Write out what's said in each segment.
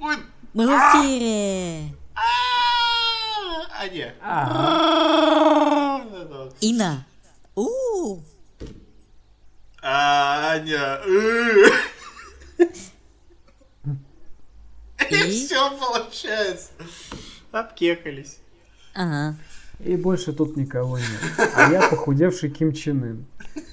Мы в эфире! Аня. Инна. Аня. И все получается. Обкекались. Ага. И больше тут никого нет. А я похудевший Ким Чен Ын.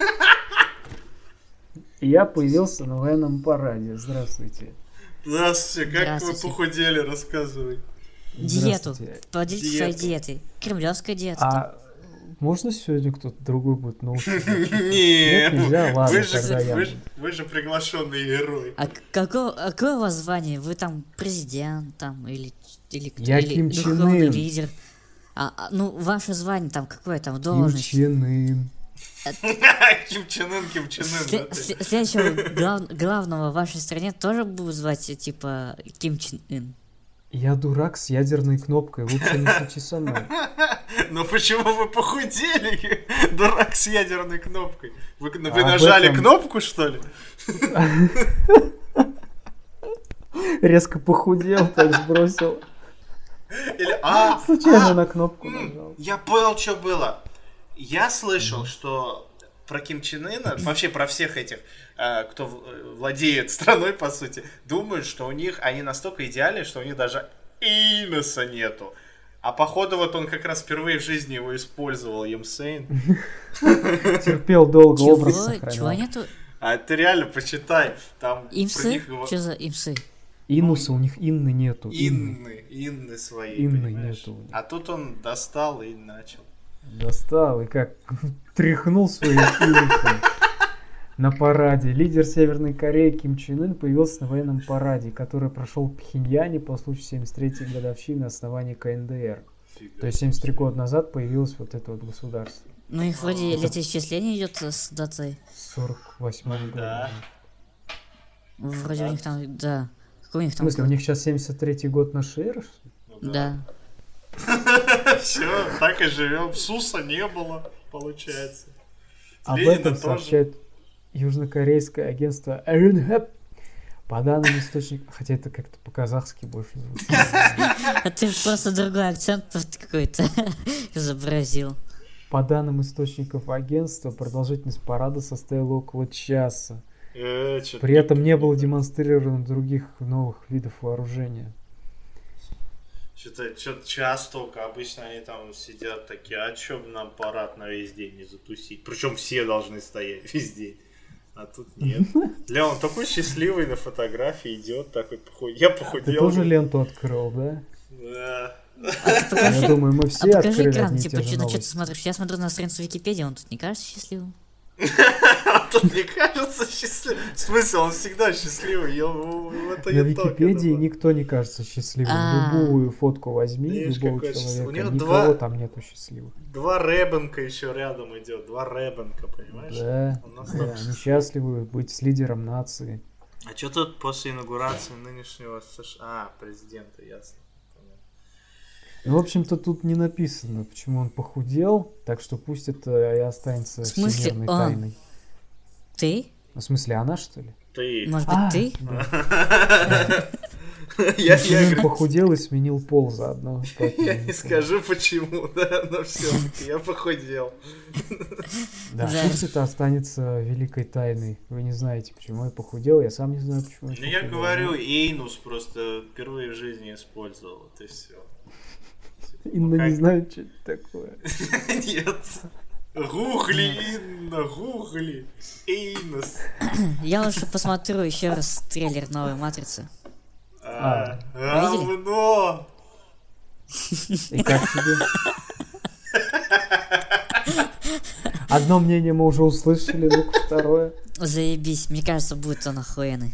И я появился на военном параде. Здравствуйте. Здравствуйте. Как вы Здравствуйте. похудели? Рассказывай. Диету. Здравствуйте. Поделитесь своей диетой. Кремлевская диета. А можно сегодня кто-то другой будет научить? Нет, Нет, нельзя, ладно, тогда я. вы же приглашенный герой. А какое у вас звание? Вы там президент там или кто? Я или Ким Чен духовный Ын. лидер? Ну, ваше звание там какое там, Ким должность? Чен Ын. Ким Чен Ын, да ты? Следующего главного в вашей стране тоже будут звать типа Ким Чен Ын. Я дурак с ядерной кнопкой. Лучше не шути со мной. Ну почему вы похудели? Дурак с ядерной кнопкой. Вы об нажали этом- кнопку, что ли? Резко похудел, так сбросил. Или... Случайно на кнопку нажал. Я понял, что было. Я слышал, что про Ким Чен Ына, вообще про всех этих, кто владеет страной, по сути, думают, что у них, они настолько идеальны, что у них даже Иноса нету. А походу вот он как раз впервые в жизни его использовал, Юмсейн. Терпел долго, образ Чего сохранял. нету? А ты реально почитай, там про Имсы? них его... Что за имсы? Инуса у них Инны нету. Инны своей, Инны понимаешь? нету у них. А тут он достал и начал. Достал и как тряхнул своим инусом на параде. Лидер Северной Кореи Ким Чен Ын появился на военном параде, который прошел в Пхеньяне по случаю 73-й годовщины основания КНДР. То есть 73 года назад появилось вот это вот государство. Ну их вроде летоисчисление идет с датой. 48-й год. Да. Вроде у них там, да. Какой у них В там? смысле, у них сейчас 73-й год нашей эры? что ли? Да. Все, так и живем. Суса не было, получается. Об Ленина этом тоже. сообщает южнокорейское агентство Yonhap. По данным источников, хотя это как-то по-казахски больше звучит. А ты просто другой акцент какой-то изобразил. По данным источников агентства, продолжительность парада составила около часа. При этом не было демонстрировано других новых видов вооружения. Что-то час только. Обычно они там сидят такие, а чё бы нам парад на весь день не затусить? Причем все должны стоять весь день. А тут нет. Леон такой счастливый на фотографии идет, такой я похудел. Ты тоже ленту открыл, да? Да. Я думаю, мы все покажи открыли экран, одни и типа, те же что ты новости. смотришь? Я смотрю на страницу Википедии, он тут не кажется счастливым? А тут не кажется счастливым. В смысле, он всегда счастливый. Это На я только Википедии думал. никто не кажется счастливым. А. Любую фотку возьми, Видишь, любого какой счастливый. У человека, него никого два- там нету счастливых. Два Рэбенка еще рядом идет. Два Рэбенка, понимаешь? Да, Он да, настолько они счастливы быть с лидером нации. А что тут после инаугурации нынешнего США президента, ясно? Ну, в общем-то, тут не написано, почему он похудел, так что пусть это и останется В смысле всемирной он? тайной. Ты? В смысле, она, что ли? Ты. Может быть, ты? Я Он говорю, похудел и сменил пол заодно. поэтому я не знаю. скажу почему, да, но все-таки я похудел. Да, Да. пусть это останется великой тайной. Вы не знаете, почему я похудел, я сам не знаю, почему я Ну я похудел. говорю, Эйнус просто впервые в жизни использовал, вот и все. Инна не знает, что это такое. Нет. Гугли, Инна, гугли. Эйнус. Я лучше посмотрю еще раз трейлер новой Матрицы. Равно. И как тебе? Одно мнение мы уже услышали, ну-ка второе. Заебись, мне кажется, будет он охуенный.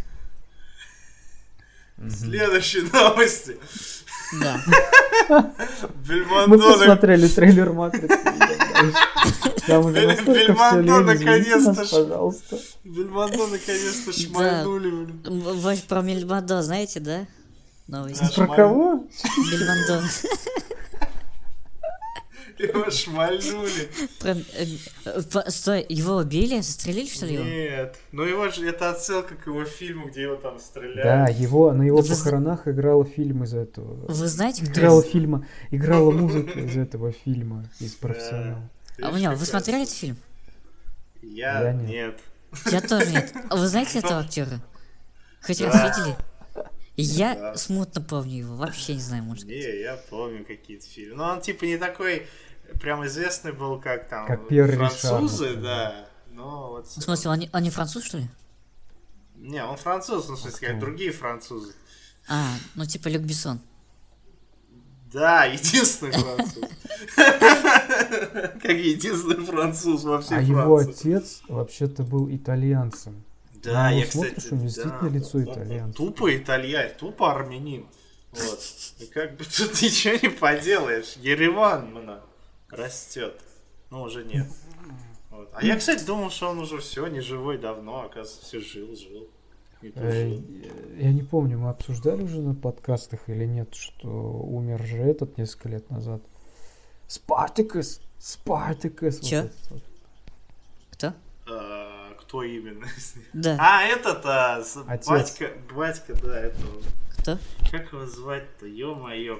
Следующие новости. Да. Мы Бельмондо посмотрели трейлер «Матрицы». Там уже настолько все Бельмондо лень, извините нас, наконец-то пожалуйста. Бельмондо наконец-то шмальнули, блин. Вы про Мельмондо знаете, да? Новость. Да. Про кого? Бельмондо. Его шмальнули. Стой, его убили? Застрелили, что ли, его? Нет. Ну его же, это отсылка к его фильму, где его там стреляют. Да, на его похоронах играл фильм из этого. Вы знаете, кто Играла музыка из этого фильма, из «Профессионала». А вы смотрели этот фильм? Я нет. Я тоже нет. А вы знаете этого актера? Хоть раз видели? Я смутно помню его, вообще не знаю, может. Не, я помню какие-то фильмы. Но он типа не такой прям известный был, как там как Пьер французы, Ришар, да. Но вот... В смысле, он не француз, что ли? Не, он француз, ну, в смысле, как другие французы. Ну типа Люк Бессон. Да, единственный француз. Как единственный француз во всей Франции. А его отец вообще-то был итальянцем. Да, я, смотришь, кстати, у него действительно лицо итальянца. Тупо итальянец, тупо армянин. Вот. И как бы тут ничего не поделаешь. Ереван растет. Ну, уже нет. Вот. А я, кстати, думал, что он уже все, не живой давно, оказывается, все жил. Я не помню, мы обсуждали уже на подкастах или нет, что умер же этот несколько лет назад. Спартакус. Чё? Вот. Кто? Кто именно? Да. Этот, батька, да, это. Кто? Как его звать-то? Ё-моё,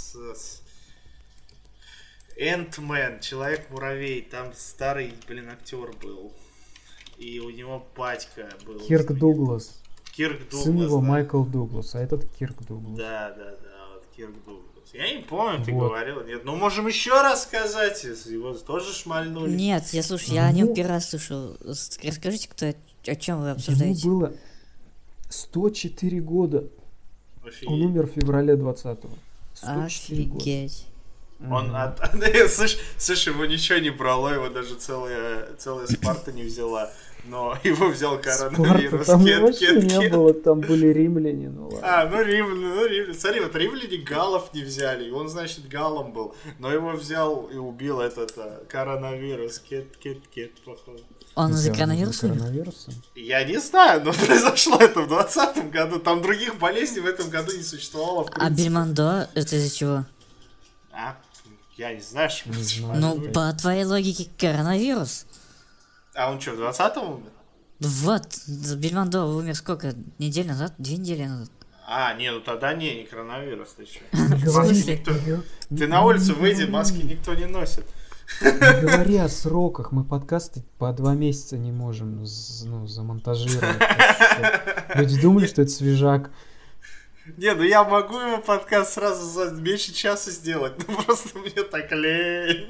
Энтмен, Человек-муравей, там старый, актер был. И у него батька был. Кирк Дуглас. Сын его да. Майкл Дуглас, а этот Кирк Дуглас. Да, вот Кирк Дуглас. Я не помню, ты говорил, нет. Ну, можем еще раз сказать, его тоже шмальнули. Нет, я о нем первый раз слушал. Расскажите, о чем вы обсуждаете? Ему было 104 года. Офигеть. Он умер в феврале 20-го. Офигеть. Он слышь, его ничего не брало, его даже целая Спарта не взяла. Но его взял коронавирус. Там вообще не было, там были римляне, ну ладно. Римляне. Смотри, вот римляне галлов не взяли, и он, значит, галлом был. Но его взял и убил этот коронавирус. Кет, походу. Он из-за коронавируса? Я не знаю, но произошло это в 2020 году. Там других болезней в этом году не существовало. А Бельмондо это из-за чего? Я не знаю, что... Ну, по твоей логике, коронавирус. А он что, в 20-м умер? Вот, Бельмондо умер сколько? Неделю назад? 2 недели назад? Ну тогда не коронавирус, ты что? Ты на улицу выйди, маски никто не носит. Не говоря о сроках, мы подкасты по 2 месяца не можем замонтажировать. Люди думали, что это свежак. Не, я могу его подкаст сразу за меньше часа сделать, просто мне так лень.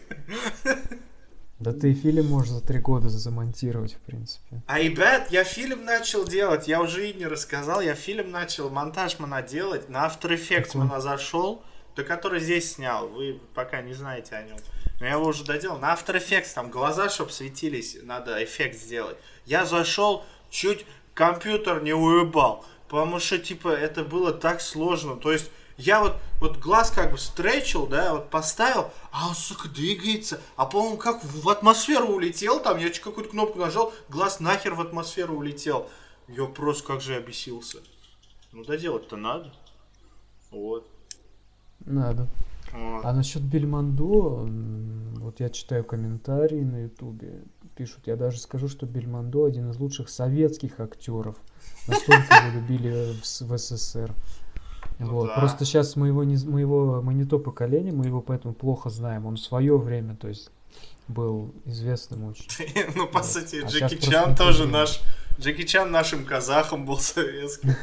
Да ты и фильм можешь за 3 года замонтировать, в принципе. Ребят, я фильм начал делать, я уже и не рассказал, я фильм начал, монтаж делать, на After Effects зашел, который здесь снял, вы пока не знаете о нем. Но я его уже доделал. На After Effects там глаза, чтобы светились, надо эффект сделать. Я зашел, чуть компьютер не уебал, потому что, это было так сложно, то есть... Я вот глаз как бы стречил, да, поставил, а он, сука, двигается. А, по-моему, как в атмосферу улетел там, я какую-то кнопку нажал, глаз нахер в атмосферу улетел. Я просто как же обесился. Ну, доделать-то надо. Вот. Надо. А насчет Бельмондо, вот я читаю комментарии на Ютубе, пишут, я даже скажу, что Бельмондо один из лучших советских актеров. Настолько его любили в СССР. Да. Просто сейчас мы не то поколение, мы его поэтому плохо знаем. Он в свое время, то есть, был известным очень. Ну, по сути, Джеки Чан тоже наш... Джеки Чан нашим казахом был советским.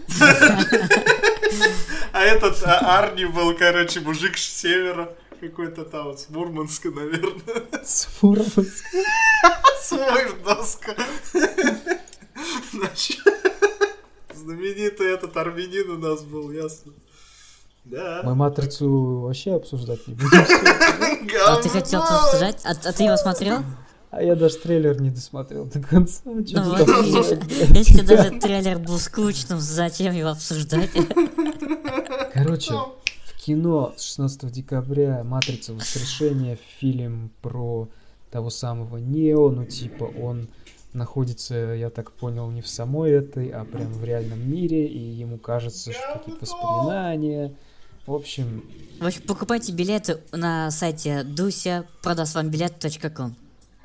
А этот Арни был, мужик с севера. Какой-то там, с Мурманска, наверное. С Мурманска? С Мурманска. Знаменитый этот армянин у нас был, ясно. Да. Мы «Матрицу» вообще обсуждать не будем. А ты хотел обсуждать? А ты его смотрел? А я даже трейлер не досмотрел до конца. Если даже трейлер был скучным, зачем его обсуждать? Короче, в кино с 16 декабря «Матрица. Воскрешение», фильм про того самого Нео, он находится, я так понял, не в самой этой, а прям в реальном мире, и ему кажется, что какие-то воспоминания В общем, покупайте билеты на сайте Дуся, продаст вам билет.ком.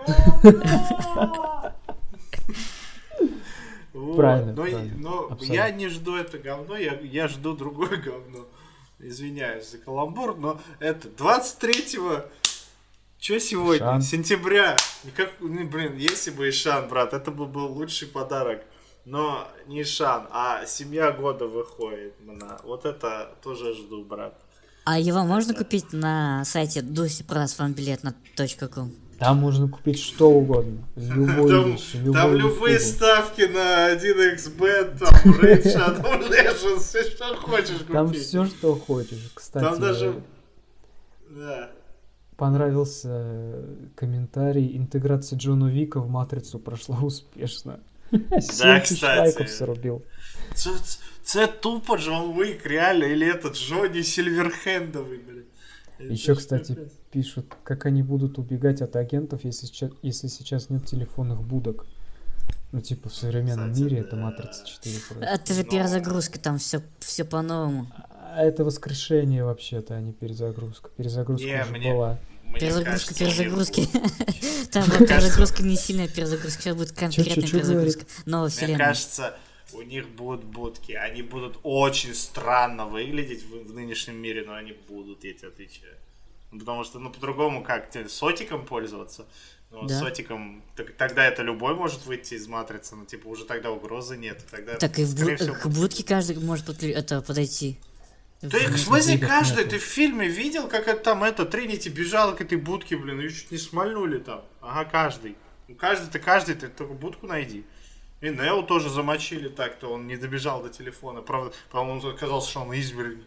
Правильно, Но абсолютно. я не жду это говно, я жду другое говно. Извиняюсь за каламбур, но это 23-го, что сегодня? Ишан. Сентября. Если бы Ишан, брат, это бы был лучший подарок. Но не Ишан, а семья года выходит. Вот это тоже жду, брат. А его можно купить на сайте Дуся, продаст вам билет на .ком? Там можно купить что угодно. Любую вещь, Там любую любые услугу. ставки на 1xbet, там Raid Shadow Legends, все что хочешь купить. Там все, что хочешь. Кстати, Там даже... Да. понравился комментарий. Интеграция Джона Уика в Матрицу прошла успешно. 7000 лайков зарубил. Це тупо Джон Уик, реально, или это Джонни Сильверхендовый, блин. Еще, кстати, пишут, как они будут убегать от агентов, если сейчас нет телефонных будок. Ну, типа, в современном мире это Матрица 4 просто. Это же перезагрузка, там все по-новому. А это воскрешение вообще-то, а не перезагрузка. Перезагрузка уже была. Перезагрузка перезагрузки. Там была перезагрузка не сильная перезагрузка, сейчас будет конкретная перезагрузка. Новая Мне вселенная. кажется, у них будут будки. Они будут очень странно выглядеть в нынешнем мире, но они будут, я тебе отвечаю. Потому что, по-другому как, тебе сотиком пользоваться? Ну, Да. сотиком, тогда это любой может выйти из матрицы, но, уже тогда угрозы нет. Тогда, Так и скорее всего, к будке каждый может подойти. Ты, в смысле, будок каждый, нету. ты в фильме видел, как это там, Тринити бежала к этой будке, блин, ее чуть не смольнули там. Ага, каждый. Ну, каждый, ты только будку найди. И Нео тоже замочили так-то, он не добежал до телефона. Правда, по-моему, он оказался, что он избранный.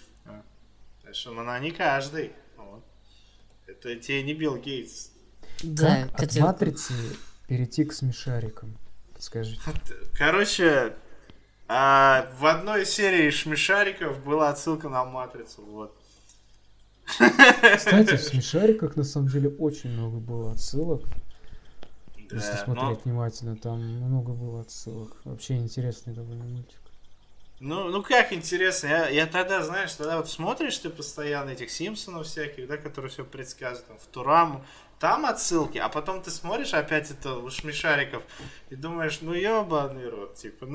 Так что, не каждый. Вот. Это тебе не Билл Гейтс. Да, Как от Матрицы перейти к смешарикам? Подскажите. Короче, в одной из серий Шмешариков была отсылка на Матрицу, вот. Кстати, в смешариках на самом деле очень много было отсылок. Если смотреть внимательно, там много было отсылок. Вообще интересный довольно мультик. Ну как интересно, я тогда, знаешь, вот смотришь ты постоянно этих Симпсонов всяких, да, которые все предсказывают, там, Футураму, там отсылки, а потом ты смотришь опять это у Шмешариков и думаешь, ёбаный рот,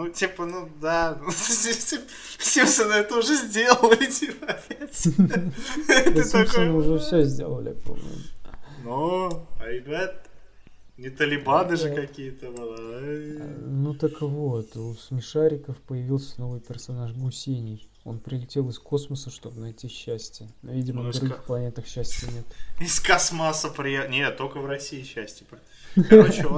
да, Симпсоны это уже сделали, опять. Симпсоны уже все сделали, по-моему. Ну, ребят, не талибаны же какие-то. Ну так вот, у смешариков появился новый персонаж Гусений. Он прилетел из космоса, чтобы найти счастье. Но, видимо, на других планетах счастья нет. Из космоса приехал. Нет, только в России счастье. Короче,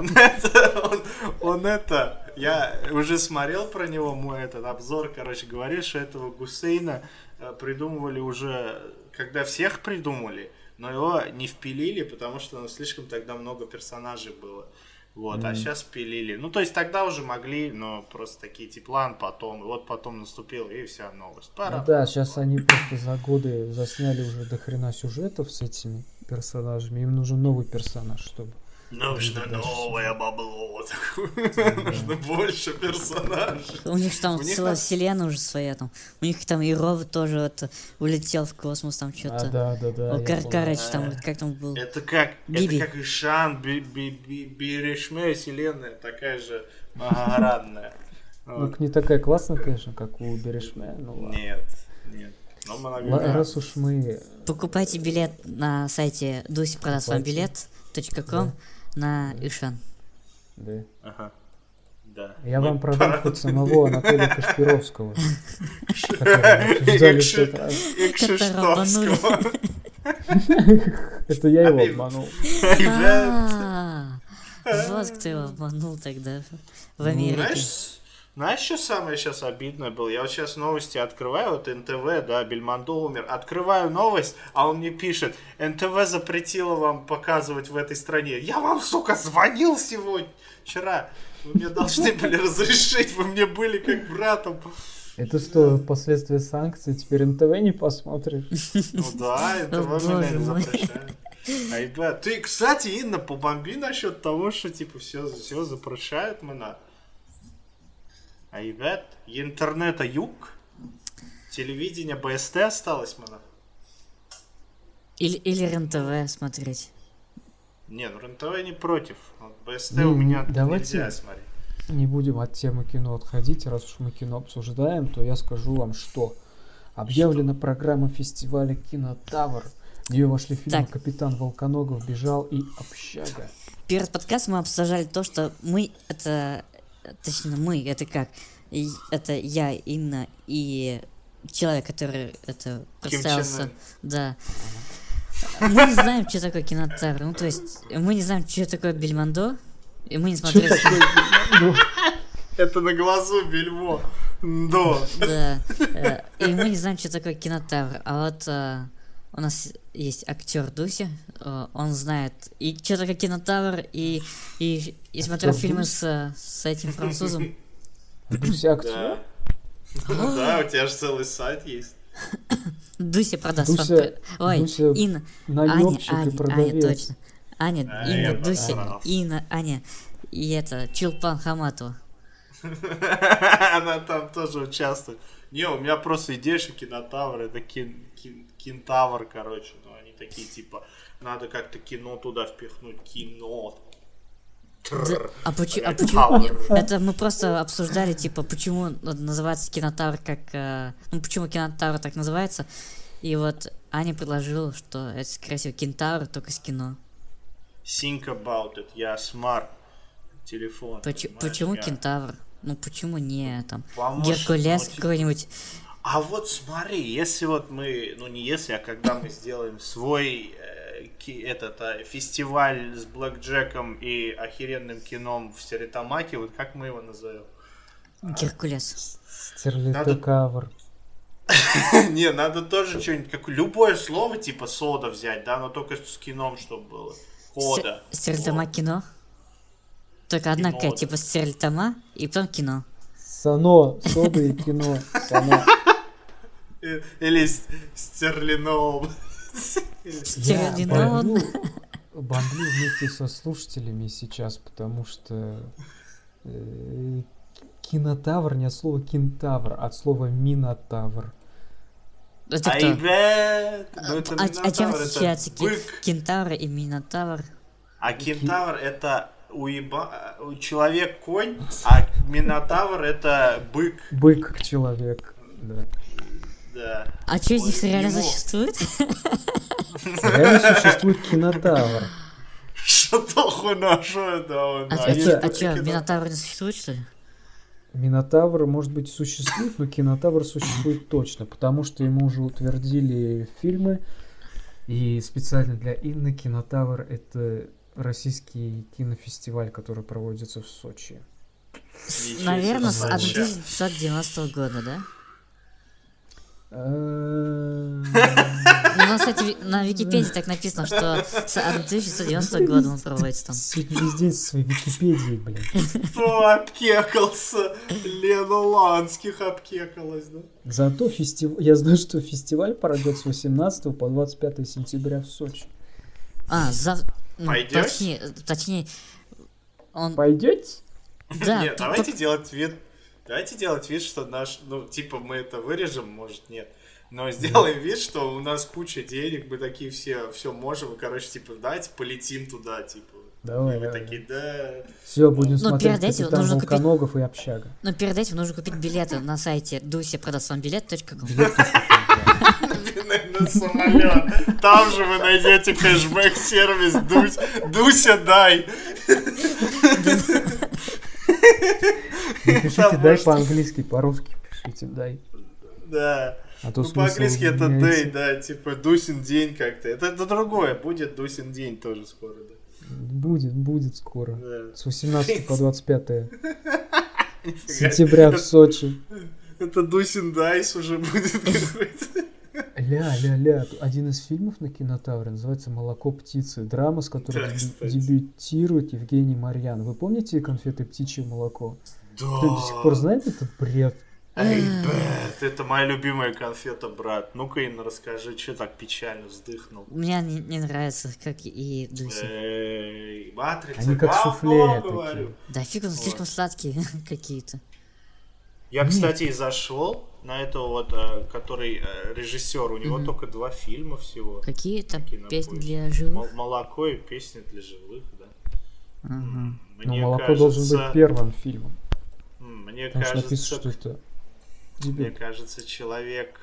он это... Я уже смотрел про него, мой этот обзор, говорит, что этого Гусейна придумывали уже, когда всех придумали, но его не впилили, потому что слишком тогда много персонажей было. Вот, а сейчас впилили. Ну, то есть тогда уже могли, но просто такие план потом. И вот потом наступил, и вся новость. Ну да, сейчас они просто за годы засняли уже до хрена сюжетов с этими персонажами. Им нужен новый персонаж, чтобы... Нужно новое бабло. Нужно больше персонажей. У них там целая вселенная уже своя там. У них там и робот тоже улетел в космос, там что-то. Да. Короче, там как там был. Это как Ишан, Берешме, вселенная такая же многогранная. Ну, не такая классная, конечно, как у Берешме. Нет. Но многогранная. Раз уж мы... Покупайте билет на сайте Дуся продаст вам билет.ком на Ишан. Да. Ага. Да. Я вам продам хоть самого Анатолия Кашпировского, которого обсуждали в тот раз. Кшиштовского. Это я его обманул. Вот кто его обманул тогда в Америке. Знаешь, что самое сейчас обидное было? Я вот сейчас новости открываю, вот НТВ, да, Бельмондо умер. Открываю новость, а он мне пишет, НТВ запретило вам показывать в этой стране. Я вам, сука, звонил сегодня, вчера. Вы мне должны были разрешить, вы мне были как братом. Это что, последствия санкций? Теперь НТВ не посмотришь? Ну да, НТВ меня не запрещает. А ребят, ты, кстати, Инна, побомби насчет того, что все запрещают мы на... А ребят, интернета юг, телевидение БСТ осталось, мана? Или РЕН-ТВ смотреть. Не, ну РЕН-ТВ не против. Вот БСТ Ну, у меня давайте нельзя смотреть. не будем от темы кино отходить. Раз уж мы кино обсуждаем, то я скажу вам, что объявлена программа фестиваля «Кинотавр». В нее вошли фильмы Так. «Капитан Волконогов», «Бежал» и «Общага». Перед подкастом мы обсуждали то, что мы это... Точнее, мы, это как? Это я, Инна и человек, который это Ким представился. Чен Ын. Да. Мы не знаем, что такое кинотавр. Ну, то есть, мы не знаем, что такое Бельмондо. И мы не Что смотрели. такое? Ну, Это на глазу бельмо. Да. Да. И мы не знаем, что такое кинотавр. А вот у нас есть актер Дуся. Он знает и что такое кинотавр, и смотрел Актер фильмы Дуся? с этим французом. Дуся актер? Да. Да, у тебя же целый сайт есть. Дуся продаст Дуся- вам. Ой, Дуся Инна. наёмщик и Аня, продавец. точно. Аня, я Инна, Дуся, подобрался. Инна, Аня. И это, Чулпан Хаматова. Она там тоже участвует. Не, у меня просто идея, что кинотавр это кинтавр, короче. Ну, они такие, типа, надо как-то кино туда впихнуть. Кино. А почему? Тавр. Это мы просто обсуждали, типа, почему называется кинотавр как... ну, почему кинотавр так называется. И вот Аня предложила, что это, скорее всего, кинотавр, только с кино. Think about it. Я смарт. Телефон. понимаешь, Почему я- кинотавр? Ну, почему не там Потому что, Геркулес ну, типа, какой-нибудь? А вот смотри, если вот мы, ну не если, а когда мы сделаем свой фестиваль с блэкджеком и охеренным кином в Стеретамаке, вот как мы его назовем? Геркулес. Стерлитокавр. Не, надо тоже что-нибудь, как любое слово типа сода взять, да, но только с кином, чтобы было. Кода. Стерлитома кино? Только одна Кино, какая, да. типа Стерлитома, и потом кино. Сано, сода и кино. Сано. Или стерлином. Я Стерлинон. бомблю вместе со слушателями сейчас, потому что кинотавр не от слова кентавр, а от слова минотавр. Это Ай, кто? блядь, ну это А чем Минотавр, это отличается бык. кентавр и минотавр? А кентавр это человек конь, а минотавр это бык. Бык как человек. Да. Да. А что из них Ой, реально ему. существует? Реально существует кинотавр. Что хуйня, что это он? А Да, есть что, такие кино. минотавр не существует, что ли? Минотавр, может быть, существует, но кинотавр существует точно, потому что ему уже утвердили фильмы. И специально для Инны кинотавр — это российский кинофестиваль, который проводится в Сочи. Ничего Наверное, с себе, Сочи. 1990 года, да? Эм, Ну, на сайте, на Википедии так написано, что с 1990 года он проводится там. Сегодня весь день со своей Википедией, блин. Кто обкекался? Лена Ланских обкекалась, да? Зато я знаю, что фестиваль пройдет с 18 по 25 сентября в Сочи. Пойдёшь? Точнее, он... Пойдете? Да, Нет, давайте делать вид, что наш, ну, типа, мы это вырежем, может, нет. Но сделаем вид, что у нас куча денег, мы такие все можем, и, короче, типа, давайте полетим туда, типа. Давай, И мы давай. такие, да. Все, будем Но смотреть перед этим «Капитан нужно купить- Волконогов» и «Общага». Но перед этим нужно купить билеты на сайте Дуся продаст вам билет.ком. На самолет. Там же вы найдете кэшбэк-сервис Дуся дай. Пишите Там «дай» может- по-английски, по-русски пишите «дай». Да. А то Ну, смысл по-английски это меняется. day, да, типа Дусин день как-то. Это другое, будет Дусин день тоже скоро, да. Будет скоро. Да. С 18 по 25 сентября в Сочи. Это Дусин Дайс уже будет какой-то. Ля. Один из фильмов на Кинотавре называется «Молоко птицы». Драма, с которой Да, кстати. дебютирует Евгений Марьян. Вы помните конфеты «Птичье молоко»? Да. Кто до сих пор знает этот бред? Эй, брат, это моя любимая конфета, брат. Ну-ка, Инна, расскажи, что так печально вздохнул. Мне не нравится, как и Дуся. Эй, матрица, Они как говно, суфле говорю. такие. Да фиг он, слишком сладкие какие-то. Я, Нет. кстати, и зашел на этого вот, который режиссер, у него только 2 фильма всего. Какие там Кинопоиск. песни для живых? Молоко и песни для живых, да. Ага. Но Мне молоко должен кажется, быть первым фильмом. мне Потому что написано, кажется, что это мне дебют. кажется, человек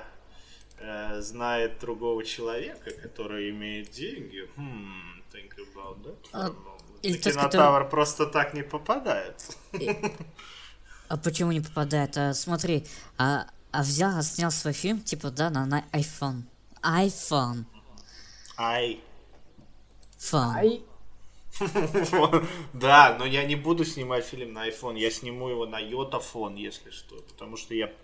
знает другого человека, который имеет деньги. Think about that. А, for a moment. или На тот, кинотавр просто так не попадает. А почему не попадает? Смотри, взял, снял свой фильм, типа, да, на iPhone. iPhone. Ай. Phone. Ай, Да, но я не буду снимать фильм на iPhone, я сниму его на Йотафон, если что, потому что я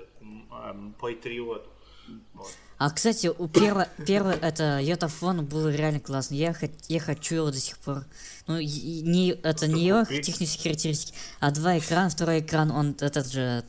патриот. Вот. А, кстати, у первый это Йотафон был реально классный. Я хочу его до сих пор. Ну, это не его купить? технические характеристики, а 2 экрана, второй экран, он этот же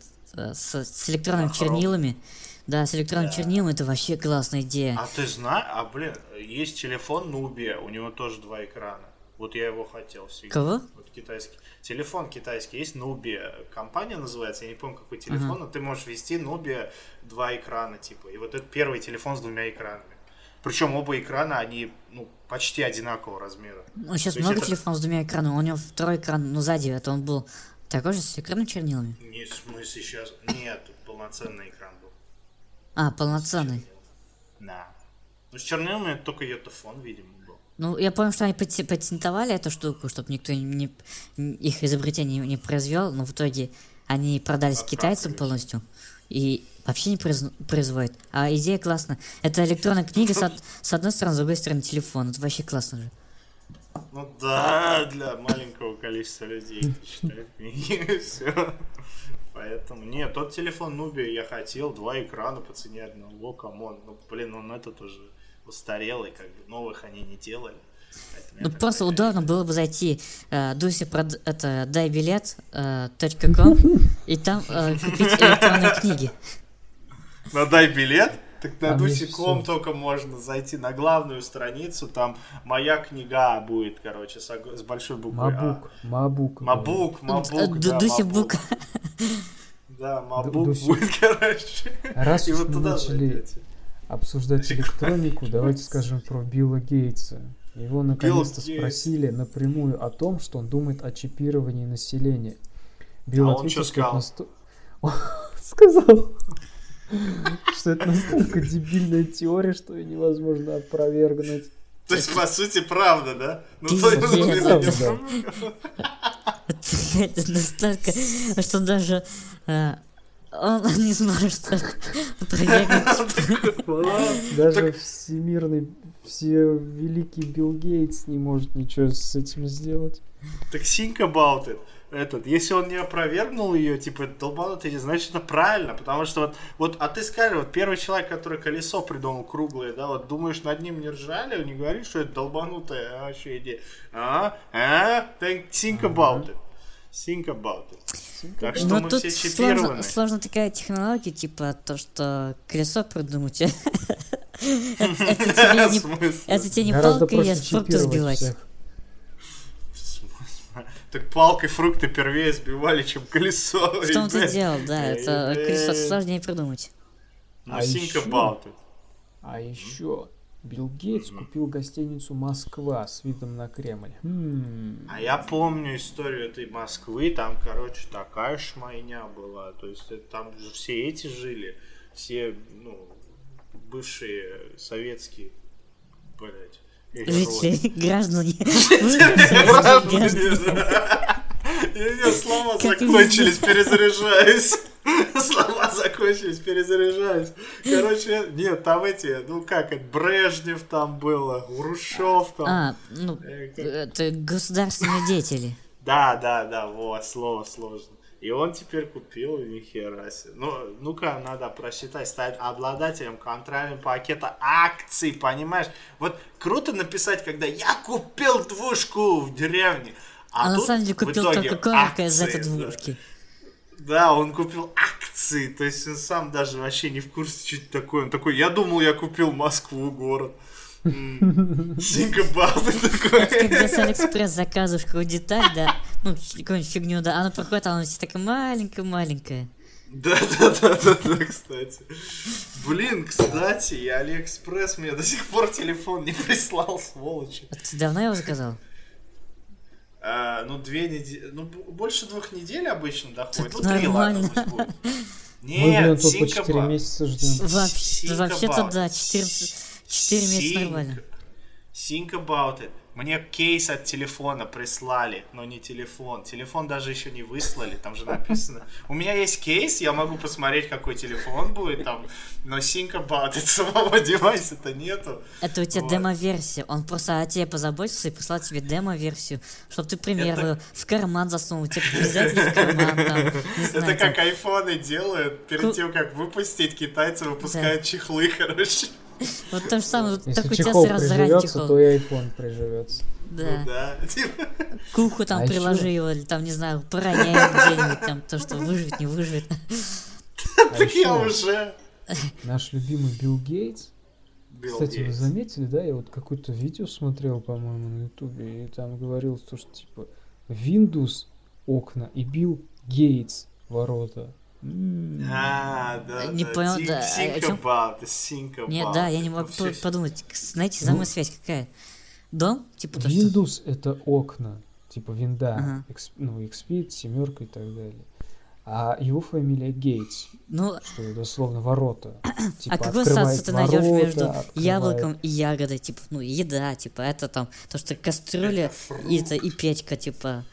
с электронными чернилами. Да, с электронными чернилами, это вообще классная идея. А ты знаешь, есть телефон Nubia, у него тоже 2 экрана. Вот я его хотел всегда. Кого? Вот китайский. Телефон китайский, есть Nubia. Компания называется, я не помню какой телефон, но ты можешь ввести Nubia 2 экрана, типа. И вот это первый телефон с 2 экранами. Причем оба экрана, они почти одинакового размера. Ну, сейчас То есть много это- телефонов с 2 экранами, у него второй экран, ну, сзади это он был такой же с электронными чернилами. Не, в смысле сейчас... Нет, тут полноценный экран был. А, полноценный. Да. Ну, с чернилами это только Йотафон, видимо, был. Ну, я помню, что они патентовали эту штуку, чтобы никто их изобретение не произвел, но в итоге они продались китайцам полностью и вообще не производят. А идея классная. Это электронная книга с одной стороны, с другой стороны телефон. Это вообще классно же. Ну да, для маленького количества людей читают книги, все. Поэтому, нет, тот телефон Nubia я хотел, 2 экрана по цене одного, камон. Ну, блин, он этот уже устарелый, как бы, новых они не делали. Поэтому я Ну, так просто понимаю. удобно было бы зайти, Дуся, дай билет, .com, и там купить электронные книги. Надай билет, так на А мне Дусиком всё. только можно зайти на главную страницу, там моя книга будет, короче, с большой буквы А. Мабук. Мабук, да, Дуся Мабук. Бук. Да, Мабук Дуся. будет, короче. Раз И уж вот мы туда начали зайдете. обсуждать электронику, давайте скажем про Билла Гейтса. Его наконец-то Гейтс. спросили напрямую о том, что он думает о чипировании населения. Билл А он ответил, чё что это сказал? Он сказал, что это настолько дебильная теория, что ее невозможно опровергнуть. То есть, по сути, правда, да? Ну, Пиздец. то есть, Правда. Это настолько, что даже он не сможет опровергнуть. Даже всевеликий Билл Гейтс не может ничего с этим сделать. Так think about it. Если он не опровергнул ее, типа, долбанутый, значит, это правильно, потому что а ты скажи, первый человек, который колесо придумал круглое, да, вот думаешь, над ним не ржали, не говоришь, что это долбанутая вообще идея. Think about it. Think about it. Так что Но мы тут все чипированы. сложно такая технология, типа то, что колесо придумать. Это В смысле? тебе не Гораздо палка, я проще фрукты чипировать сбивать. всех. Так палкой фрукты первее сбивали, чем колесо. В том-то и ребят. дело, да, это колесо сложнее придумать. Ну, А think ещё- about it. А еще Билл Гейтс купил гостиницу «Москва» с видом на Кремль. А я помню историю этой Москвы, там, короче, такая шмайня была, то есть там же все эти жили, все, бывшие советские, блядь, Жители, граждане. Я слова закончились, перезаряжаюсь. Слова закончились, перезаряжаюсь. Короче, нет, там Брежнев там было, Хрущев там. Это государственные деятели. Да, вот, слово сложно. И он теперь купил, нихера себе. Ну-ка, надо просчитать, стать обладателем контрольного пакета акций, понимаешь? Вот круто написать, когда я купил двушку в деревне. А на тут самом деле в купил итоге только комика из акции, этой двушки. Да, он купил акции, то есть он сам даже вообще не в курсе, что это такое. Он такой, я думал, я купил Москву, город. Think about it такой. Когда с Алиэкспресс заказываешь какую деталь, да, ну, какую-нибудь фигню, да, она проходит, а она вся такая маленькая-маленькая. Да, кстати. Блин, кстати, и Алиэкспресс мне до сих пор телефон не прислал, сволочи. Ты давно его заказал? Ну, 2 недели, ну, больше 2 недель обычно доходит. Так Ну, 3, ладно, нормально. пусть будет. Мы, блин, Нет, тут по 4 Синкабау. месяца ждем. Вообще-то да, 4 месяца нормально. Think about it. Мне кейс от телефона прислали, но не телефон. Телефон даже еще не выслали, там же написано. У меня есть кейс, я могу посмотреть, какой телефон будет там, но think about it, самого девайса-то нету. Это у тебя Вот. демо-версия. Он просто о тебе позаботился и послал тебе демо-версию, чтобы ты, к примеру, в карман засунул. Тебе обязательно в карман там. Не знаю, Это как там. айфоны делают, перед тем, как выпустить, китайцы выпускают чехлы, короче. Вот то же самое, вот Если так у тебя чехол сразу заранее приживется, чехол. то и iPhone приживется. Да. Ну да, типа. К уху там А приложи ещё- его, или там, не знаю, пороняй где-нибудь, там, то, что выживет, не выживет. А Так я ещё уже. наш любимый Билл Гейтс. Билл Кстати, вы Гейтс. заметили, да? Я вот какое-то видео смотрел, по-моему, на Ютубе, и там говорилось то, что типа Windows окна и Билл Гейтс ворота. Да. Не понял, да, Think о чём? about it, think about Нет, да, я не it. могу Ну, всё- подумать. Знаете, взаимосвязь какая? Дом? Типа то, что... Windows это окна, типа винда, Ага. ну, XP, 7 и так далее. А его фамилия Гейтс, Ну, что дословно ворота. Типа, а какую открывает ассоциацию ты найдешь ворота, между открывает- яблоком и ягодой? Типа, ну, еда, типа, это там, то, что кастрюля, и печка, типа.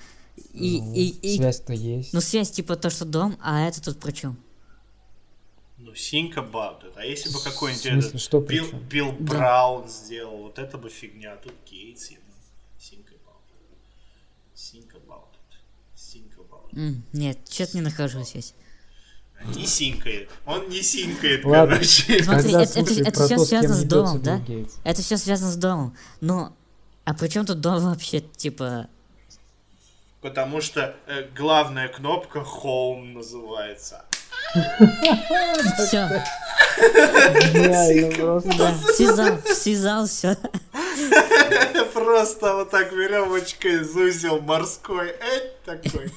И связь-то есть. ну, связь, типа, то, что дом, а это тут при чем? Ну, think about it. А если бы В какой-нибудь смысле, этот что Билл, причём? Билл Да. Браун сделал, вот это бы фигня. Тут Гейтс ему. Think about it. Think about it. Think about it. Нет, что-то не нахожу связь. Не синкает. Он не синкает, Ладно. короче. Смотри, Когда это слушай всё про то, с кем связано с ведётся домом, Билл да? Гейтс. Это все связано с домом. Но, а при чем тут дом вообще, типа... Потому что главная кнопка Home называется. Все, Гениально просто. да, связал все. Просто вот так веревочкой зузел морской. Такой.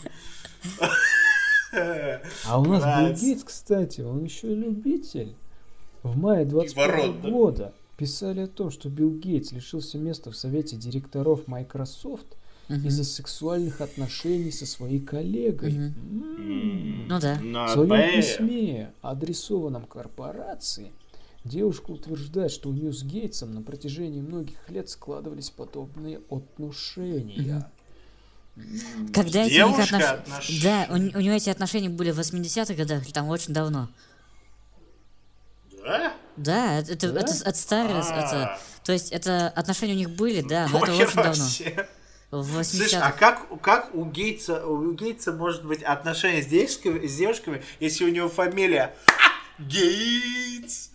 А у нас Билл Нравится. Гейтс, кстати, он еще и любитель. В мае 21 ворот, да? года писали о том, что Билл Гейтс лишился места в совете директоров Microsoft из-за сексуальных отношений со своей коллегой. Ну да. В своем письме, адресованном корпорации, девушка утверждает, что у нее с Гейтсом на протяжении многих лет складывались подобные отношения. Когда эти Девушка у них отнош- Да, у него эти отношения были в 80-х годах, или там очень давно. Да? Да, это старое, А. то есть это отношения у них были, да, но это Похер очень давно. вообще. В Слышь, а 80-х. как у Гейтса может быть отношения с девушками, если у него фамилия Гейтс?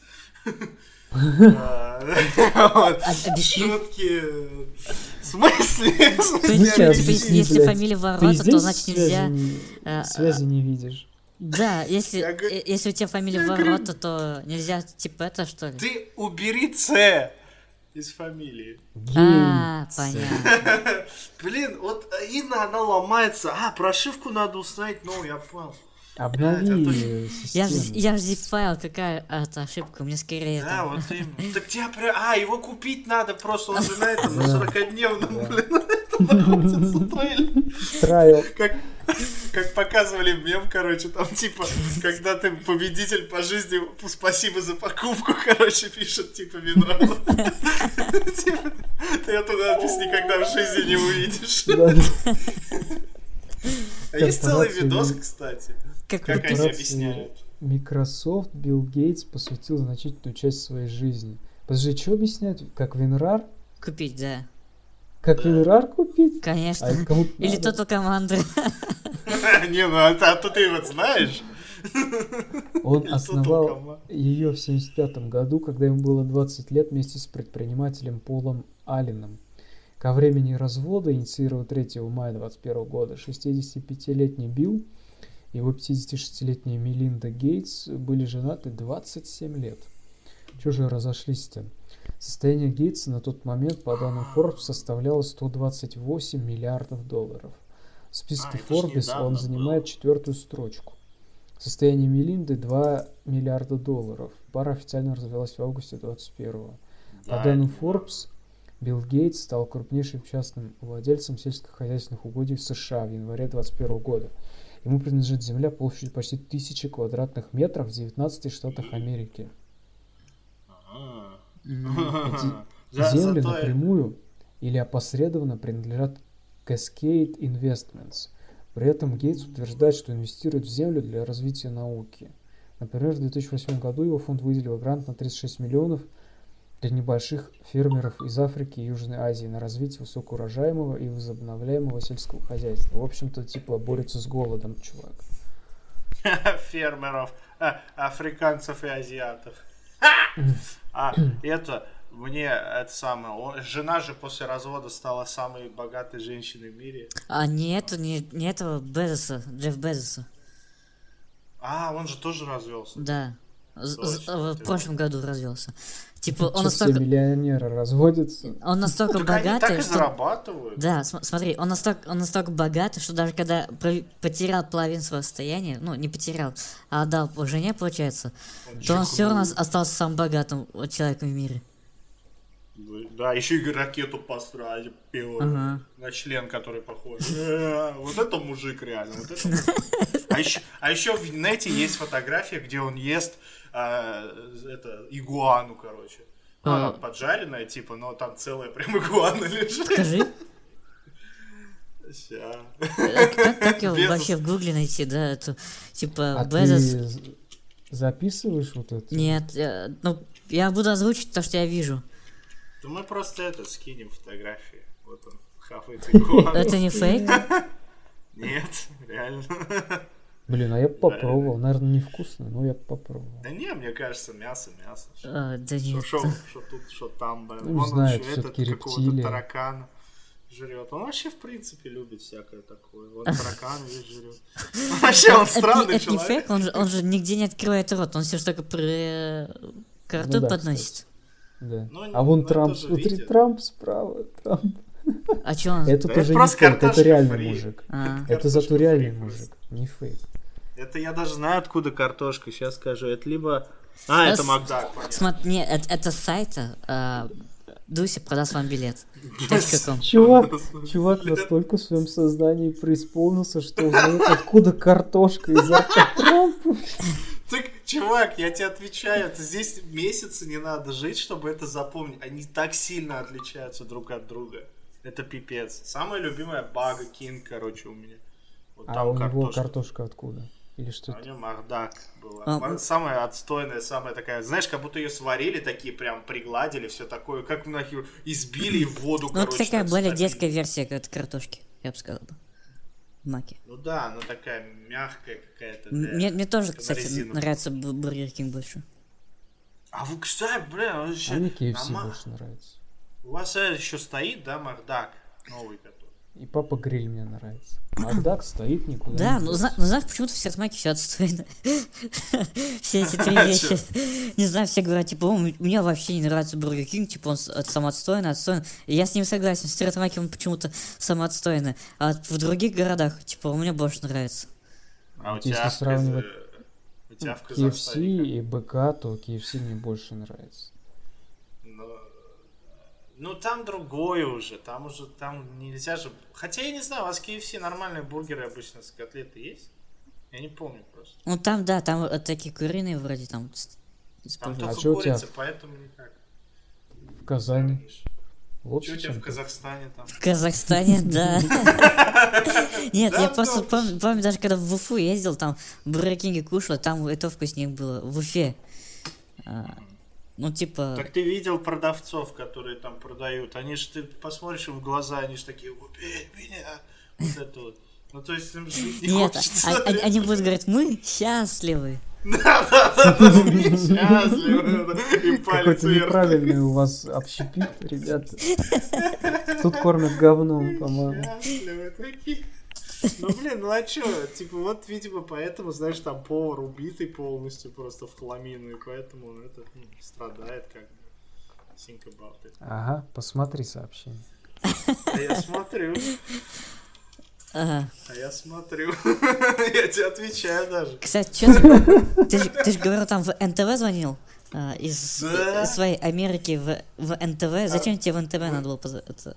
Объясни. Шутки. В смысле? То есть, Сейчас типа, объясни, если блядь. фамилия Ты Ворота, здесь то значит нельзя. связи не видишь. Да, Я если у тебя фамилия Ворота, то нельзя, типа, это что ли? Ты убери С из фамилии. А, Гейтс. понятно. Блин, вот Инна, она ломается. Прошивку надо установить, ну, я понял. Обнови Я же систему. zip-файл, какая это ошибка, у меня скорее Да, это... вот именно. Так тебя его купить надо просто, он же на этом, на Да. 40-дневном, блин, находится трейлер. Трайл. Как показывали мем, короче, там типа, когда ты победитель по жизни, спасибо за покупку, короче, пишет типа Минрал. Типа, ты эту надпись никогда в жизни не увидишь. Да. А есть целый Корпорация видос, Мин- кстати. Как Как они Корпорация объясняют. Microsoft Билл Гейтс посвятил значительную часть своей жизни. Подожди, что объясняют? Как WinRAR? купить, да. Как WinRAR купить? Конечно. А это кому-то Или надо. Total Commander. Не, ну а то ты вот знаешь. Он Или основал Total Commander. ее в 1975 году, когда ему было 20 лет, вместе с предпринимателем Полом Алленом. Ко времени развода, инициировал 3 мая 2021 года, 65-летний Билл и его 56-летняя Мелинда Гейтс были женаты 27 лет. Чего же разошлись-то? Состояние Гейтса на тот момент, по данным Forbes, составляло $128 миллиардов. В списке это ж Forbes недавно он занимает 4-ю строчку. Состояние Мелинды $2 миллиарда. Пара официально развелась в августе 2021. По Да, данным это Forbes, Билл Гейтс стал крупнейшим частным владельцем сельскохозяйственных угодий в США в январе 2021 года. Ему принадлежит земля площадью почти 1000 квадратных метров в 19 штатах Америки. Эти земли напрямую или опосредованно принадлежат Cascade Investments. При этом Гейтс утверждает, что инвестирует в землю для развития науки. Например, в 2008 году его фонд выделил грант на 36 миллионов для небольших фермеров из Африки и Южной Азии на развитие высокоурожаемого и возобновляемого сельского хозяйства. В общем-то, типа борется с голодом, чувак. Фермеров, африканцев и азиатов. Мне это самое... Жена же после развода стала самой богатой женщиной в мире. А не этого Безоса, Джефф Безоса. Он же тоже развелся. Да. Точно, В прошлом году развелся. Типа, он Все настолько... миллионеры разводятся. Он настолько Так богатый, они так и что... зарабатывают. Да, смотри, он настолько богатый, что даже когда потерял половину своего состояния, ну, не потерял, а отдал жене, получается, то он все равно остался самым богатым человеком в мире. Да, еще и ракету построить, на член, который похож. Вот это мужик реально. Вот это мужик. А еще в нете есть фотография, где он ест игуану, короче. Она поджаренная, типа, но там целая прям игуана лежит. Скажи. Ща. Как его вообще в гугле найти, да? Это, типа, Безос... ты записываешь вот это? Нет, я буду озвучить то, что я вижу. Да мы просто скинем фотографии. Вот он, хавает игуану. Это не фейк? Нет, реально. Блин, а я попробовал. Наверное, невкусно, но я попробовал. Да не, мне кажется, мясо. Да нет. Что тут, что там, блин. Ну, не знаю, все-таки какого-то рептилия. таракана жрет. Он вообще, в принципе, любит всякое такое. Вот таракан весь жрет. Вообще, он странный это человек. Не фейк, он же нигде не открывает рот. Он все же только про карту подносит. Да. А вон Трамп, смотри, Трамп справа, Трамп. А чё он? Это тоже не фейк, это реальный мужик. Это зато реальный мужик, не фейк. Это я даже знаю, откуда картошка, сейчас скажу. Это либо... это Макдак, понятно. Смотри, нет, это с сайта Дуся продаст вам билет. Чувак настолько в своем сознании преисполнился, что узнает, откуда картошка изо рта Трампа. Так, чувак, я тебе отвечаю, это здесь месяцы не надо жить, чтобы это запомнить. Они так сильно отличаются друг от друга. Это пипец. Самая любимая Бага Кинг, короче, у меня. Вот а у него картошка откуда? Или что? У него Макдак была. Самая отстойная, самая такая, знаешь, как будто ее сварили, такие прям пригладили, все такое, как нахер избили и в воду, короче. Ну, это такая более детская версия картошки, я бы сказал. Маки. Ну да, она такая мягкая какая-то. Мне тоже, кстати, нравится Бургер Кинг больше. А вы, кстати, вообще... мне KFC больше нравится. У вас еще стоит, да, Макдак новый который? И Папа Гриль мне нравится. Макдак стоит никуда. Да, ну знаешь, почему-то все от Маки все отстойно. Все эти три вещи. Не знаю, все говорят, типа, мне вообще не нравится Бургер Кинг, типа, он самоотстойный. И я с ним согласен, в Стереотмаке он почему-то самоотстойный. А в других городах, типа, мне больше нравится. А у тебя сравнивать в KFC и БК, то KFC мне больше нравится. Ну, там другое уже, там нельзя же... Хотя я не знаю, у вас в KFC нормальные бургеры обычно с котлеты есть? Я не помню просто. Ну, там, да, там такие куриные вроде там. Там только курица, поэтому никак. В Казани. Что у тебя в Казахстане там? В Казахстане, да. Нет, я просто помню, даже когда в Уфу ездил, там в Бургер Кинге кушал, там это вкуснее было, в Уфе. Ну, типа... Так ты видел продавцов, которые там продают? Они же, ты посмотришь им в глаза, они же такие, убей меня! Вот это вот. Ну, то есть им жить не хочется. Нет, они будут говорить, мы счастливы. Да, мы счастливы. Какой-то неправильный у вас общепит, ребята. Тут кормят говном, по-моему. Счастливы такие. Ну, блин, ну а чё? Типа, вот, видимо, поэтому, знаешь, там повар убитый полностью просто в хламину, и поэтому он страдает как бы. Think about it. Ага, посмотри сообщение. А я смотрю. Ага. А я смотрю. Я тебе отвечаю даже. Кстати, что ты же говорил, там в НТВ звонил? Из Да. своей Америки в НТВ. Зачем тебе в НТВ надо было это?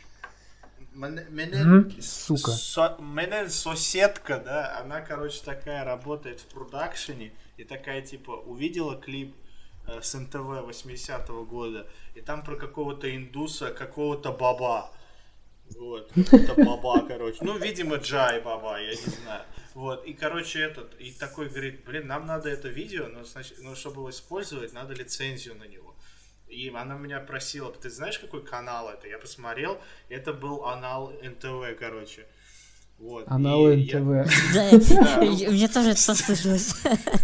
Сука. Мене соседка, да, она, короче, такая работает в продакшене и такая, типа, увидела клип с НТВ 80-го года, и там про какого-то индуса, какого-то баба. Вот, это баба, короче. Ну, видимо, Джай баба, я не знаю. Вот, и, короче, и такой говорит, блин, нам надо это видео, но, чтобы его использовать, надо лицензию на него. И она меня просила, ты знаешь, какой канал это? Я посмотрел, это был Анал НТВ, короче. Вот. Анал И НТВ. Да, мне тоже это послышалось.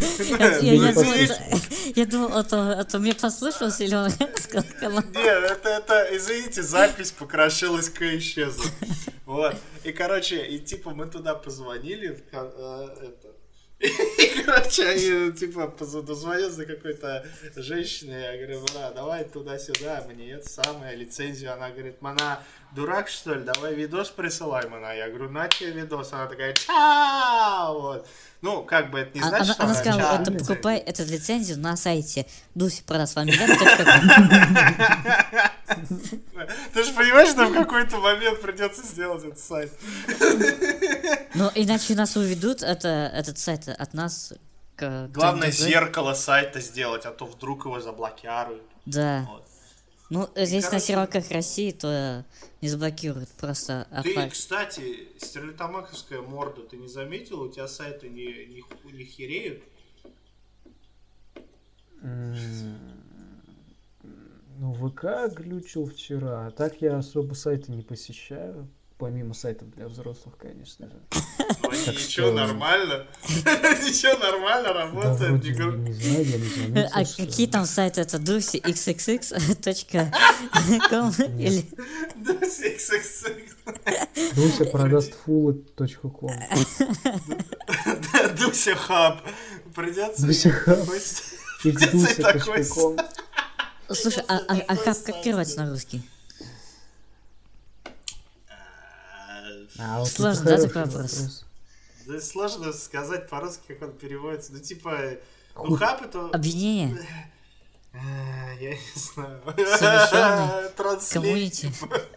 Я думал, это мне послышалось, или он сказал? Нет, это, извините, запись покрошилась, исчезла. Вот. И, короче, и типа мы туда позвонили, и, короче, они, типа, дозвонился какой-то женщине, я говорю, давай туда-сюда, мне это самое, лицензию, она говорит, она дурак, что ли, давай видос присылай, я говорю, на тебе видос, она такая, чао, вот. Ну, как бы это не значит, что она она сказала, чао. это покупай эту лицензию на сайте dusi-prodas.com. Ты же понимаешь, что в какой-то момент придется сделать этот сайт. Ну, иначе нас уведут, этот сайт от нас. Главное, зеркало сайта сделать, а то вдруг его заблокируют. Да. Вот. Ну, здесь на серваках России, то не заблокируют, просто Ты, оплатят. кстати, стерлитамаковская морда, ты не заметил? У тебя сайты не хереют? Ну, ВК глючил вчера, а так я особо сайты не посещаю, помимо сайтов для взрослых, конечно же. Ну, ничего, нормально. Ничего, нормально Да, работает. вроде я не знаю, я не знаю. А какие там сайты? Это dusi.xxx.com или... Дуся продаст full.com. Дуся Хаб. Придется... Дуся Хаб. xduся.com. Слушай, а хаб как переводится на русский? А, вот Сложно, это да, такой хороший вопрос? Да сложно сказать по-русски, как он переводится. Ну, типа, ну, хаб это... Объединение? Я не знаю. Совещание? Транслейт. Коммунити?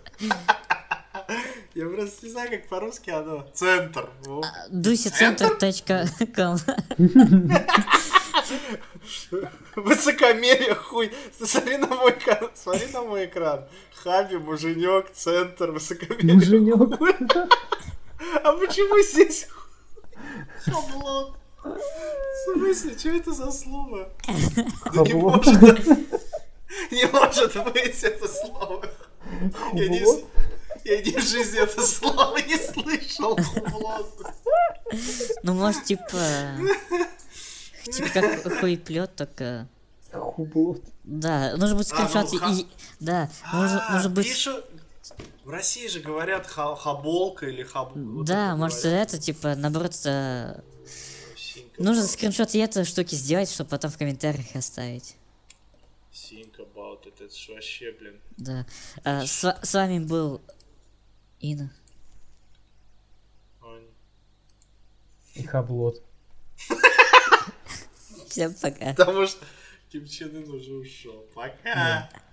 Я просто не знаю, как по-русски оно. Центр. dusi-центр.com. Высокомерие, хуй. Смотри на мой экран. Хаби, муженек, центр, высокомерие. Муженек. А почему здесь хаблот? В смысле, что это за слово? Да не Хаблот. не может быть это слово. Хаблот? Я ни в жизни это слово не слышал. Хаблот. Ну, может, типа как хуеплет, только... Хублот. Да, нужно быть скриншот и... Да, нужно быть... Пишут... В России же говорят хаболка или хаб... Да, может, это, типа, наоборот, нужно скриншот и этой штуки сделать, чтобы потом в комментариях оставить. Think about it, это ж вообще, блин. Да. С вами был Инна. Аня. И хаблот. Всем пока. Потому что Ким Чен Ын уже ушел. Пока.